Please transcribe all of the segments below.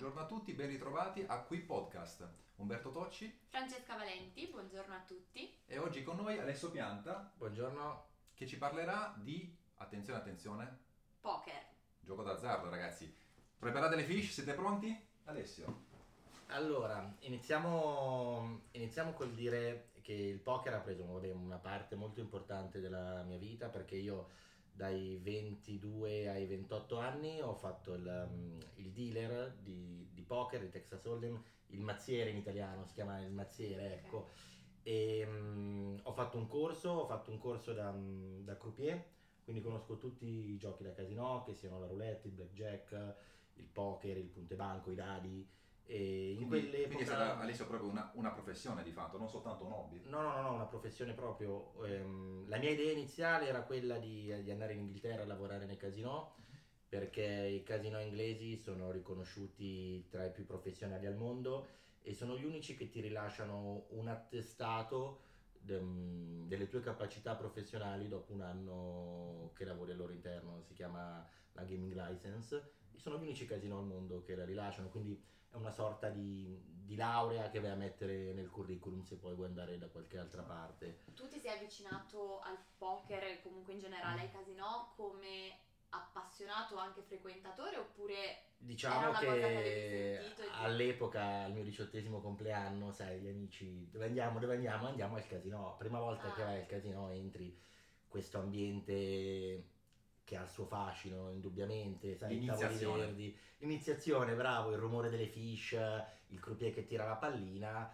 buongiorno a tutti, ben ritrovati a Qui Podcast. Umberto Tocci, Francesca Valenti, buongiorno a tutti. e oggi con noi Alessio Pianta, Buongiorno. che ci parlerà di, attenzione, Poker. gioco d'azzardo, ragazzi. Preparate le fiche, siete pronti? Alessio. Allora, iniziamo col dire che il poker ha preso una parte molto importante della mia vita, perché io dai 22 ai 28 anni ho fatto il dealer di poker, di Texas Hold'em, il mazziere in italiano, si chiama il mazziere, ecco. E ho fatto un corso da croupier, quindi conosco tutti i giochi da casino, che siano la roulette, il blackjack, il poker, il punto e banco, i dadi. E in Quindi quell'epoca è stata, Alessio, proprio una professione di fatto, non soltanto un hobby. No, una professione proprio. La mia idea iniziale era quella di andare in Inghilterra a lavorare nei casinò, perché i casinò inglesi sono riconosciuti tra i più professionali al mondo e sono gli unici che ti rilasciano un attestato delle tue capacità professionali dopo un anno che lavori al loro interno. Si chiama la gaming license e sono gli unici casinò al mondo che la rilasciano, quindi è una sorta di laurea che vai a mettere nel curriculum se poi vuoi andare da qualche altra parte. Tu ti sei avvicinato al poker e comunque in generale ai casinò come appassionato, anche frequentatore, oppure era Diciamo una cosa che che avevi sentito? all'epoca, al mio 18° compleanno, sai, gli amici, dove andiamo? Andiamo al casino. Prima volta che vai al casino entri questo ambiente che ha il suo fascino, indubbiamente, sai, i tavoli verdi, l'iniziazione, bravo, il rumore delle fiche, il croupier che tira la pallina,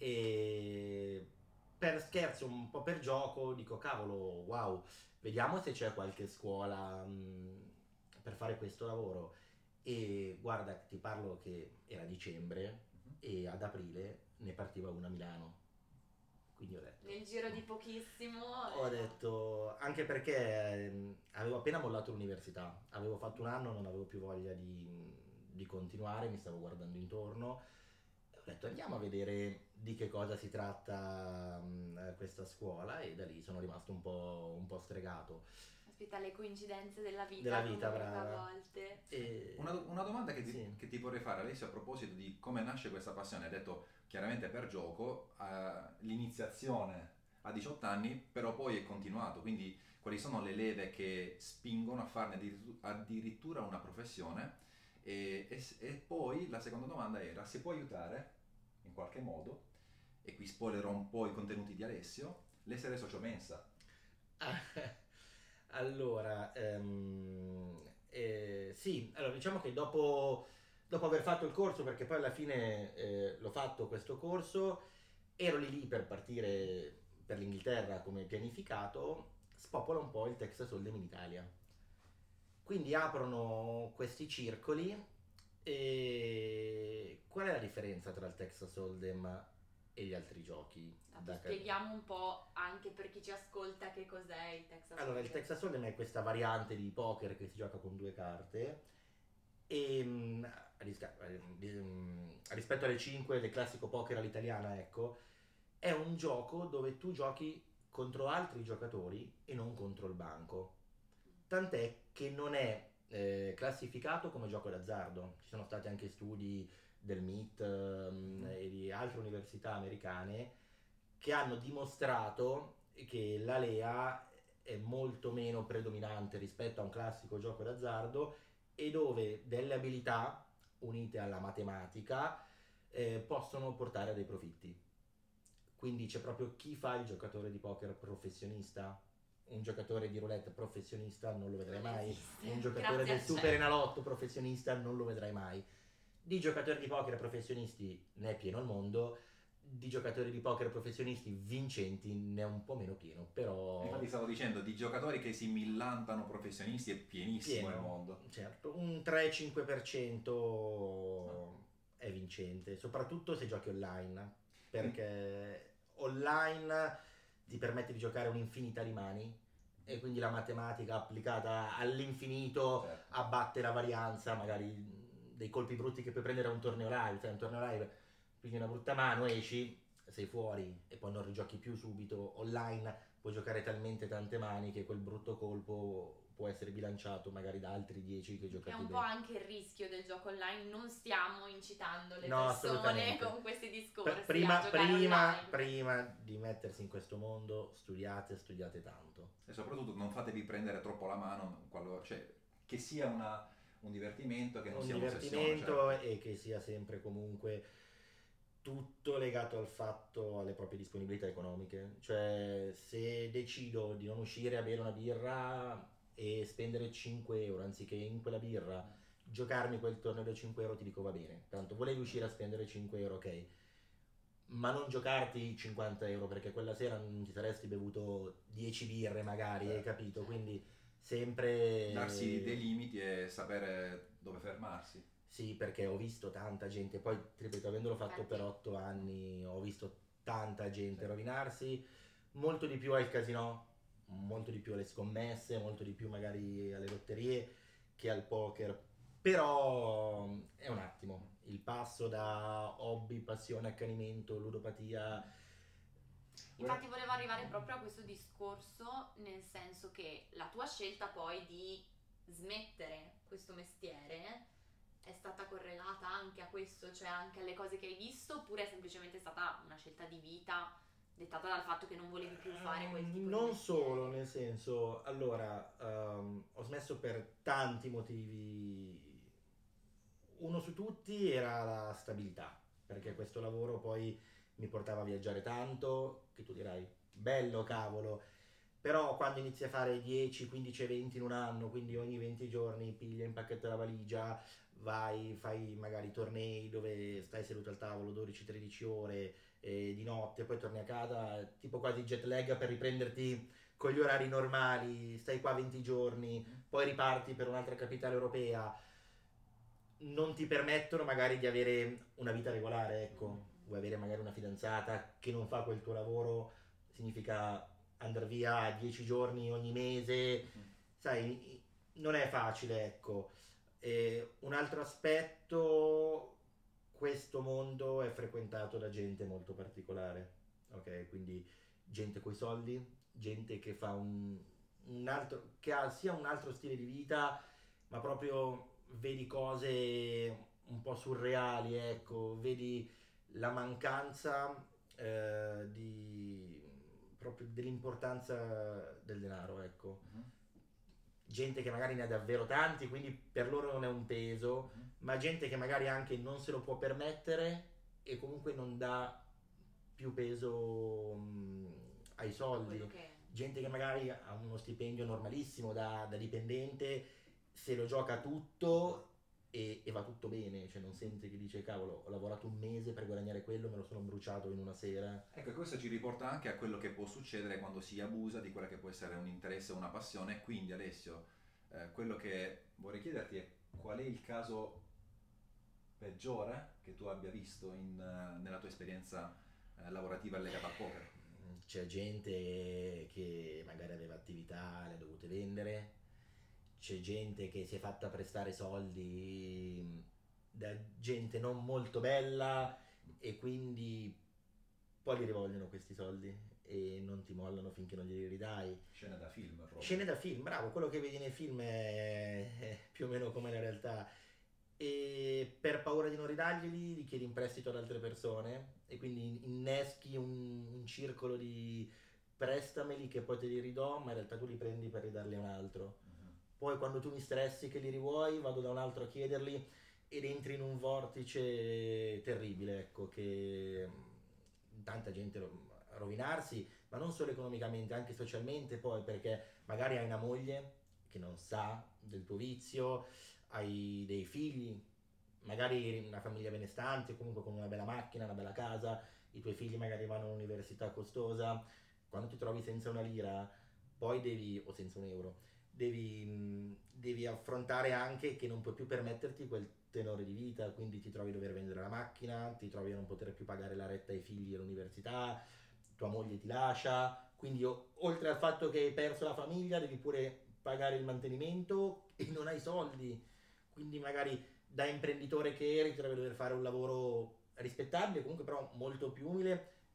e per scherzo, un po' per gioco, dico, cavolo, wow, vediamo se c'è qualche scuola per fare questo lavoro. E guarda, ti parlo che era dicembre e ad aprile ne partiva una a Milano. Quindi ho detto, Nel giro di pochissimo. ho detto, anche perché avevo appena mollato l'università, avevo fatto un anno, non avevo più voglia di continuare, mi stavo guardando intorno. Ho detto andiamo a vedere di che cosa si tratta questa scuola, e da lì sono rimasto un po' stregato. Aspetta, le coincidenze della vita, Brava. a volte. Una domanda che Sì. ti vorrei fare, Alessio, a proposito di come nasce questa passione. Hai detto chiaramente per gioco, l'iniziazione a 18 anni, però poi è continuato. Quindi quali sono le leve che spingono a farne addirittura una professione? E poi la seconda domanda era se può aiutare in qualche modo, e qui spoilerò un po' i contenuti di Alessio, l'essere socio mensa. Allora, sì, allora diciamo che dopo aver fatto il corso, perché poi alla fine l'ho fatto questo corso, ero lì per partire per l'Inghilterra come pianificato, spopola un po' il Texas Hold'em in Italia. Quindi aprono questi circoli. E qual è la differenza tra il Texas Hold'em e gli altri giochi? Spieghiamo un po' anche per chi ci ascolta che cos'è il Texas Hold'em. Allora, il Texas Hold'em è questa variante di poker che si gioca con 2 carte e rispetto alle 5 del classico poker all'italiana, ecco, è un gioco dove tu giochi contro altri giocatori e non contro il banco. Tant'è che non è classificato come gioco d'azzardo. Ci sono stati anche studi del MIT e di altre università americane che hanno dimostrato che l'alea è molto meno predominante rispetto a un classico gioco d'azzardo, e dove delle abilità unite alla matematica possono portare a dei profitti. Quindi c'è proprio chi fa il giocatore di poker professionista. Un giocatore di roulette professionista non lo vedrai mai, un giocatore del super enalotto professionista non lo vedrai mai. Di giocatori di poker professionisti ne è pieno il mondo, di giocatori di poker professionisti vincenti ne è un po' meno pieno, però... Infatti stavo dicendo, di giocatori che si millantano professionisti è pienissimo il mondo. Certo, un 3-5% è vincente, soprattutto se giochi online, perché online ti permette di giocare un'infinità di mani e quindi la matematica applicata all'infinito abbatte la varianza magari dei colpi brutti che puoi prendere a un torneo live. Cioè un torneo live, quindi una brutta mano, esci, sei fuori e poi non rigiochi più subito. Online puoi giocare talmente tante mani che quel brutto colpo può essere bilanciato magari da altri 10 che È giocati un po' bene. anche il rischio del gioco online, non stiamo incitando le No, persone assolutamente. con questi discorsi a Prima, giocare prima, online. prima di mettersi in questo mondo, studiate tanto. E soprattutto non fatevi prendere troppo la mano, cioè, che sia un divertimento, che non Un sia divertimento un'ossessione. Certo. e che sia sempre comunque tutto legato al fatto, alle proprie disponibilità economiche. Cioè, se decido di non uscire a bere una birra e spendere 5 euro anziché in quella birra giocarmi quel torneo da 5 euro, ti dico va bene. Tanto volevi uscire a spendere 5 euro, ok, ma non giocarti 50 euro perché quella sera non ti saresti bevuto 10 birre magari, hai Certo. capito? Certo. Quindi sempre... Darsi dei limiti e sapere dove fermarsi. Sì, perché ho visto tanta gente, poi ti ripeto, avendolo fatto per Infatti, 8 anni, ho visto tanta gente Sì. rovinarsi, molto di più al casino, molto di più alle scommesse, molto di più magari alle lotterie che al poker. Però è un attimo, il passo da hobby, passione, accanimento, ludopatia. infatti volevo arrivare proprio a questo discorso, nel senso che la tua scelta poi di smettere questo mestiere è stata correlata anche a questo, cioè anche alle cose che hai visto, oppure è semplicemente stata una scelta di vita dettata dal fatto che non volevi più fare quel tipo di Non mestiere? solo, nel senso, allora, ho smesso per tanti motivi. Uno su tutti era la stabilità, perché questo lavoro poi mi portava a viaggiare tanto, che tu dirai, bello cavolo, però quando inizi a fare 10, 15 eventi in un anno, quindi ogni 20 giorni piglia, impacchetta la valigia, vai, fai magari tornei dove stai seduto al tavolo 12-13 ore di notte, poi torni a casa, tipo quasi jet lag per riprenderti con gli orari normali, stai qua 20 giorni, poi riparti per un'altra capitale europea, non ti permettono magari di avere una vita regolare, ecco. Vuoi avere magari una fidanzata che non fa quel tuo lavoro, significa andare via 10 giorni ogni mese, sai, non è facile, ecco. E un altro aspetto, questo mondo è frequentato da gente molto particolare, ok? Quindi gente coi soldi, gente che fa un altro, che ha sia un altro stile di vita, ma proprio vedi cose un po' surreali, ecco, vedi la mancanza di proprio dell'importanza del denaro, ecco. Gente che magari ne ha davvero tanti, quindi per loro non è un peso, ma gente che magari anche non se lo può permettere e comunque non dà più peso ai A soldi. quello che Gente che magari ha uno stipendio normalissimo da dipendente, se lo gioca tutto e va tutto bene, cioè non sente che dice cavolo, ho lavorato un mese per guadagnare quello, me lo sono bruciato in una sera. Ecco, e questo ci riporta anche a quello che può succedere quando si abusa di quella che può essere un interesse o una passione. Quindi, Alessio, quello che vorrei chiederti è qual è il caso peggiore che tu abbia visto nella tua esperienza lavorativa legata al poker? C'è gente che magari aveva attività, le ha dovute vendere, c'è gente che si è fatta prestare soldi da gente non molto bella e quindi poi li rivogliono questi soldi e non ti mollano finché non glieli ridai. Scene da film proprio. Scene da film, bravo, quello che vedi nei film è più o meno come la realtà. E per paura di non ridarglieli li chiedi in prestito ad altre persone e quindi inneschi un circolo di prestameli che poi te li ridò, ma in realtà tu li prendi per ridarli a un altro. Poi quando tu mi stressi che li rivuoi, vado da un altro a chiederli ed entri in un vortice terribile, ecco, che tanta gente a rovinarsi, ma non solo economicamente, anche socialmente poi, perché magari hai una moglie che non sa del tuo vizio, hai dei figli, magari una famiglia benestante, comunque con una bella macchina, una bella casa, i tuoi figli magari vanno all'università costosa, quando ti trovi senza una lira, poi devi, o senza un euro, devi affrontare anche che non puoi più permetterti quel tenore di vita, quindi ti trovi a dover vendere la macchina, ti trovi a non poter più pagare la retta ai figli all'università, tua moglie ti lascia, quindi oltre al fatto che hai perso la famiglia devi pure pagare il mantenimento e non hai soldi, quindi magari da imprenditore che eri ti trovi a dover fare un lavoro rispettabile, comunque però molto più umile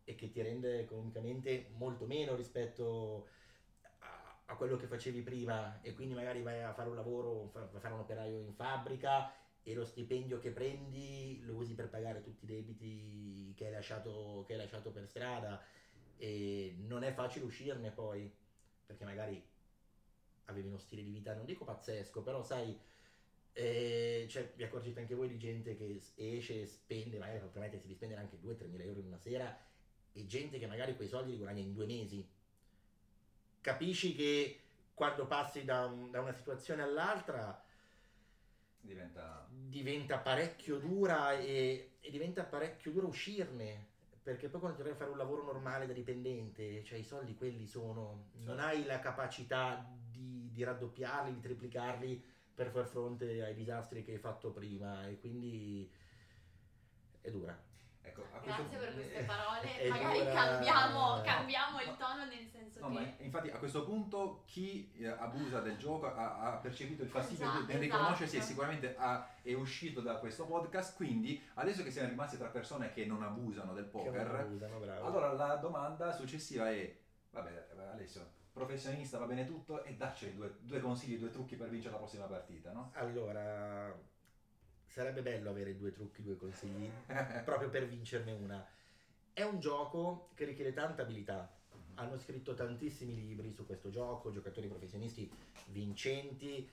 e che ti rende economicamente molto meno rispetto a quello che facevi prima, e quindi magari vai a fare un lavoro, vai a fare un operaio in fabbrica e lo stipendio che prendi lo usi per pagare tutti i debiti che hai lasciato per strada, e non è facile uscirne poi, perché magari avevi uno stile di vita, non dico pazzesco, però sai, cioè, vi accorgete anche voi di gente che esce e spende, magari probabilmente si spendere anche 2-3 mila euro in una sera, e gente che magari quei soldi li guadagna in 2 mesi. Capisci che quando passi da una situazione all'altra Diventa... diventa parecchio dura, e diventa parecchio dura uscirne, perché poi quando ti trovi a fare un lavoro normale da dipendente, cioè i soldi quelli sono, non hai la capacità di raddoppiarli, di triplicarli per far fronte ai disastri che hai fatto prima, e quindi è dura. Ecco, Grazie per queste parole, è magari dura. cambiamo il tono, nel senso No, che... ma infatti a questo punto chi abusa del gioco ha percepito il fastidio Esatto, nel riconoscersi, e esatto. sicuramente è uscito da questo podcast. Quindi adesso che siamo rimasti tra persone che non abusano del Che poker, non abusano, bravo. allora la domanda successiva è: vabbè, Alessio, professionista, va bene tutto, e dacci due consigli, 2 trucchi per vincere la prossima partita, no? Allora, sarebbe bello avere 2 trucchi, 2 consigli, proprio per vincerne una. È un gioco che richiede tanta abilità. Hanno scritto tantissimi libri su questo gioco, giocatori professionisti vincenti.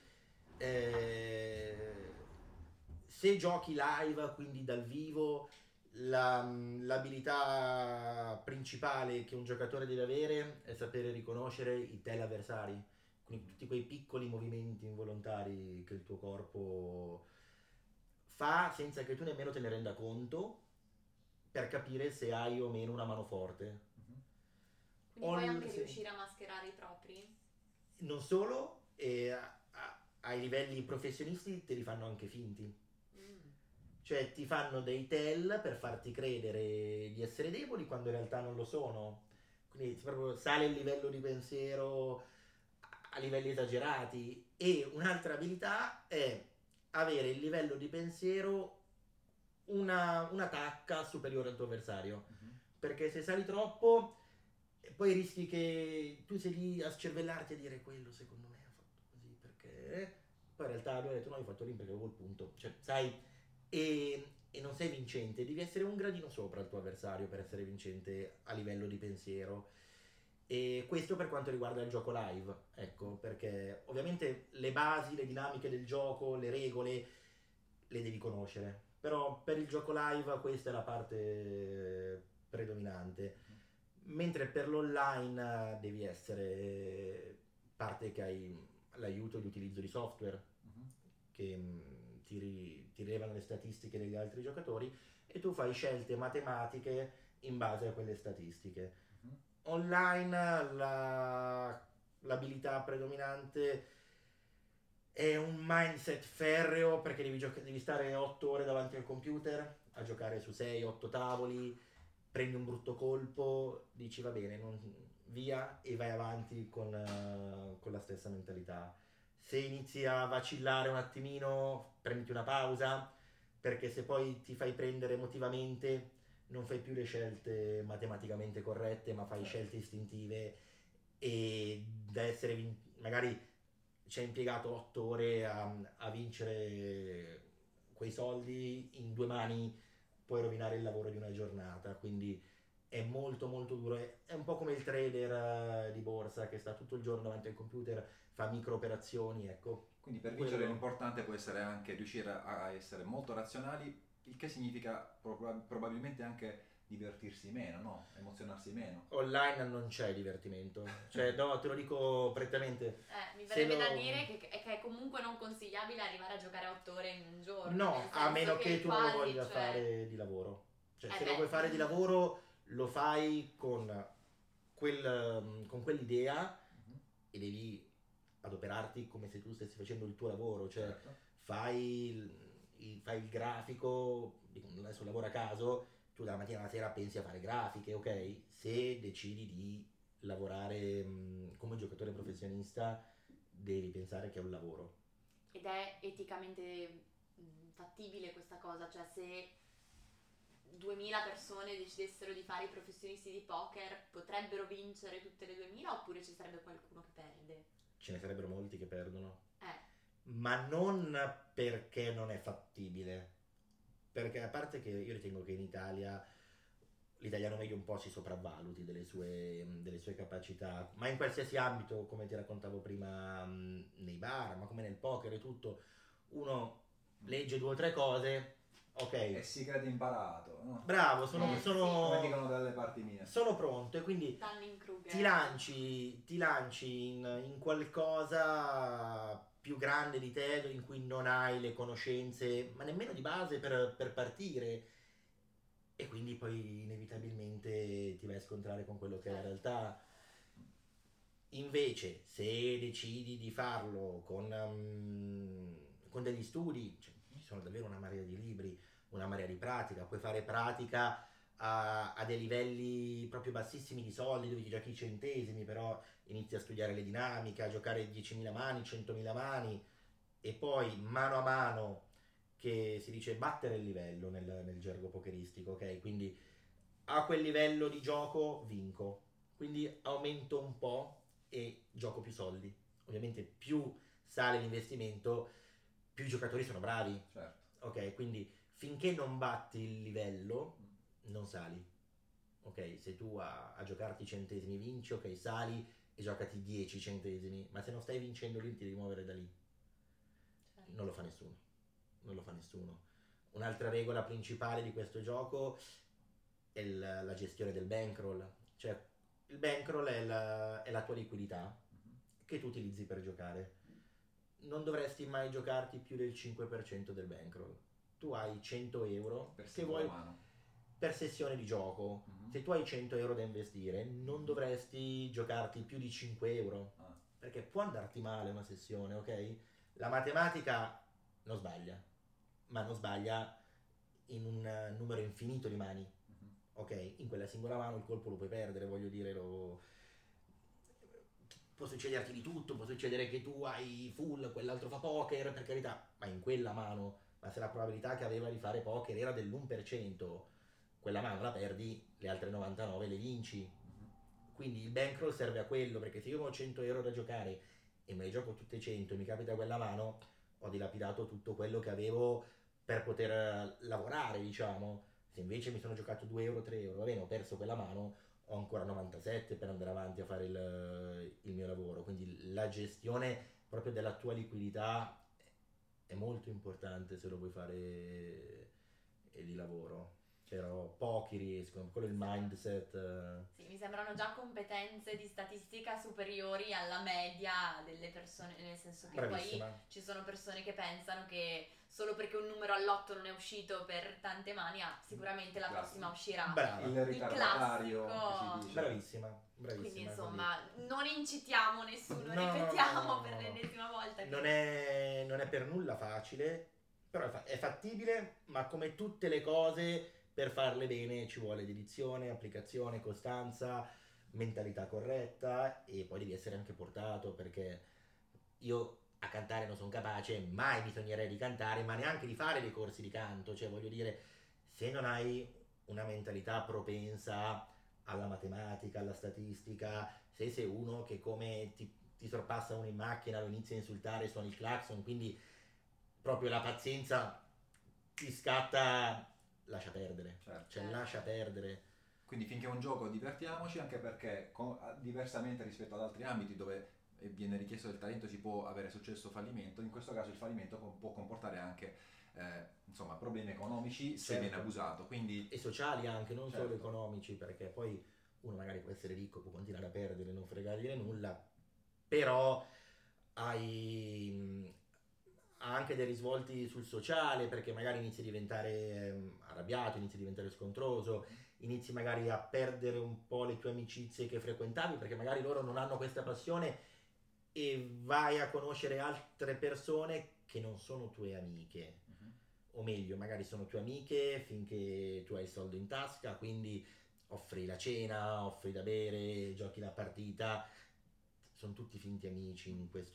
Se giochi live, quindi dal vivo, l'abilità principale che un giocatore deve avere è sapere riconoscere i teleavversari, quindi tutti quei piccoli movimenti involontari che il tuo corpo fa senza che tu nemmeno te ne renda conto, per capire se hai o meno una mano forte. Quindi puoi anche sì. riuscire a mascherare i propri? Non solo, ai livelli professionisti te li fanno anche finti. Cioè ti fanno dei tell per farti credere di essere deboli quando in realtà non lo sono. Quindi proprio sale il livello di pensiero a livelli esagerati. E un'altra abilità è avere il livello di pensiero una tacca superiore al tuo avversario. Perché se sali troppo, poi rischi che tu sei lì a scervellarti e dire quello secondo me ha fatto così perché poi in realtà lui ha detto no, io ho fatto lì perché avevo il punto, cioè sai, e non sei vincente, devi essere un gradino sopra il tuo avversario per essere vincente a livello di pensiero. E questo per quanto riguarda il gioco live, ecco, perché ovviamente le basi, le dinamiche del gioco, le regole le devi conoscere, però per il gioco live questa è la parte predominante. Mentre per l'online devi essere parte che hai l'aiuto di utilizzo di software che ti rilevano le statistiche degli altri giocatori, e tu fai scelte matematiche in base a quelle statistiche. Online l'abilità predominante è un mindset ferreo, perché devi stare 8 ore davanti al computer a giocare su 6-8 tavoli, prendi un brutto colpo, dici va bene, via, e vai avanti con la stessa mentalità. Se inizi a vacillare un attimino, prenditi una pausa, perché se poi ti fai prendere emotivamente non fai più le scelte matematicamente corrette, ma fai scelte istintive, e da essere magari ci hai impiegato 8 ore a vincere quei soldi, in 2 mani puoi rovinare il lavoro di una giornata, quindi è molto molto duro. È un po' come il trader di borsa che sta tutto il giorno davanti al computer, fa micro operazioni, ecco. Quindi per vincere l'importante può essere anche riuscire a essere molto razionali, il che significa probabilmente anche divertirsi meno, no? Emozionarsi meno. Online non c'è divertimento, cioè no, te lo dico prettamente. Mi verrebbe da dire che è comunque non consigliabile arrivare a giocare 8 ore in un giorno. No, a meno che tu non lo voglia fare di lavoro. Cioè se lo vuoi fare di lavoro lo fai con quell'idea, e devi adoperarti come se tu stessi facendo il tuo lavoro, cioè certo. fai il grafico, adesso lavoro a caso, tu dalla mattina alla sera pensi a fare grafiche, ok? Se decidi di lavorare come giocatore professionista, devi pensare che è un lavoro. Ed è eticamente fattibile questa cosa, cioè se 2000 persone decidessero di fare i professionisti di poker, potrebbero vincere tutte le 2000 oppure ci sarebbe qualcuno che perde? Ce ne sarebbero molti che perdono. Eh. Ma non perché non è fattibile, perché a parte che io ritengo che in Italia l'italiano medio un po' si sopravvaluti delle sue capacità, ma in qualsiasi ambito, come ti raccontavo prima, nei bar, ma come nel poker e tutto, uno legge 2 o 3 cose, ok, E si crede imparato, no? bravo, Come dicono dalle parti mie. sono pronto, e quindi Dunning-Kruger. ti lanci in qualcosa più grande di te, in cui non hai le conoscenze, ma nemmeno di base per partire, e quindi poi inevitabilmente ti vai a scontrare con quello che è la realtà. Invece, se decidi di farlo con degli studi, cioè, ci sono davvero una marea di libri, una marea di pratica, puoi fare pratica a dei livelli proprio bassissimi di soldi, dove ti giochi i centesimi, però inizi a studiare le dinamiche, a giocare 10.000 mani, 100.000 mani, e poi mano a mano, che si dice battere il livello nel gergo pokeristico, ok? Quindi a quel livello di gioco vinco, quindi aumento un po' e gioco più soldi. Ovviamente più sale l'investimento, più i giocatori sono bravi, Certo. ok? Quindi finché non batti il livello non sali, ok? Se tu a giocarti i centesimi vinci, ok, sali e giocati 10 centesimi, ma se non stai vincendo lì ti devi muovere da lì. Certo. Non lo fa nessuno, non lo fa nessuno. Un'altra regola principale di questo gioco è la gestione del bankroll, cioè il bankroll è la tua liquidità che tu utilizzi per giocare. Non dovresti mai giocarti più del 5% del bankroll. Tu hai 100 euro Per che vuoi mano. per sessione di gioco. Se tu hai 100 euro da investire, non dovresti giocarti più di 5 euro, Ah. perché può andarti male una sessione, ok? La matematica non sbaglia, ma non sbaglia in un numero infinito di mani, ok? In quella singola mano il colpo lo puoi perdere, voglio dire, può succederti di tutto, può succedere che tu hai full, quell'altro fa poker, per carità, ma in quella mano, ma se la probabilità che aveva di fare poker era dell'1%, quella mano la perdi, le altre 99 le vinci. Quindi il bankroll serve a quello, perché se io ho 100 euro da giocare e me ne gioco tutte 100 e mi capita quella mano, ho dilapidato tutto quello che avevo per poter lavorare, diciamo. Se invece mi sono giocato 2 euro, 3 euro, va bene, ho perso quella mano, ho ancora 97 per andare avanti a fare il mio lavoro. Quindi la gestione proprio della tua liquidità è molto importante se lo vuoi fare di lavoro. Però pochi riescono, quello è il mindset. Sì, mi sembrano già competenze di statistica superiori alla media delle persone, nel senso che Bravissima. poi ci sono persone che pensano che solo perché un numero all'otto non è uscito per tante mani, sicuramente la Classico. prossima uscirà. Brava. Il ritardatario classico. che si dice. Bravissima, bravissima. Quindi insomma, non incitiamo nessuno, No, ripetiamo no, no, per no. l'ennesima volta. Non è per nulla facile, però è fattibile, ma come tutte le cose, per farle bene ci vuole dedizione, applicazione, costanza, mentalità corretta, e poi devi essere anche portato, perché io a cantare non sono capace, mai mi sognerei di cantare, ma neanche di fare dei corsi di canto. Cioè, voglio dire, se non hai una mentalità propensa alla matematica, alla statistica, se sei uno che come ti sorpassa uno in macchina, lo inizia a insultare, suoni il clacson, quindi proprio la pazienza ti scatta, lascia perdere. Certo. Cioè, lascia perdere. Quindi finché è un gioco divertiamoci, anche perché diversamente rispetto ad altri ambiti dove viene richiesto del talento, si può avere successo o fallimento. In questo caso il fallimento può comportare anche insomma, problemi economici se Certo. viene abusato. Quindi E sociali anche, non certo. solo economici, perché poi uno magari può essere ricco, può continuare a perdere, non fregargliene nulla, però ha anche dei risvolti sul sociale, perché magari inizi a diventare arrabbiato, inizi a diventare scontroso, inizi magari a perdere un po' le tue amicizie che frequentavi, perché magari loro non hanno questa passione, e vai a conoscere altre persone che non sono tue amiche, o meglio, magari sono tue amiche finché tu hai il soldo in tasca, quindi offri la cena, offri da bere, giochi la partita. Sono tutti finti amici in questo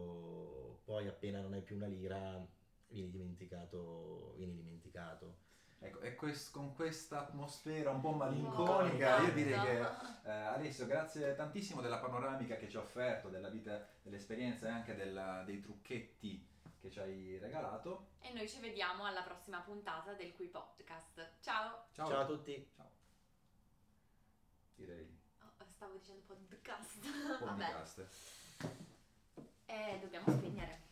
mondo. Poi appena non hai più una lira vieni dimenticato. Ecco, e con questa atmosfera un po' malinconica, io direi che Alessio, grazie tantissimo della panoramica che ci ha offerto, della vita, dell'esperienza e anche dei trucchetti che ci hai regalato. E noi ci vediamo alla prossima puntata del Qui Podcast. Ciao! Ciao a tutti. Ciao. Direi. Stavo dicendo podcast. Vabbè. Podcast. Dobbiamo spegnere.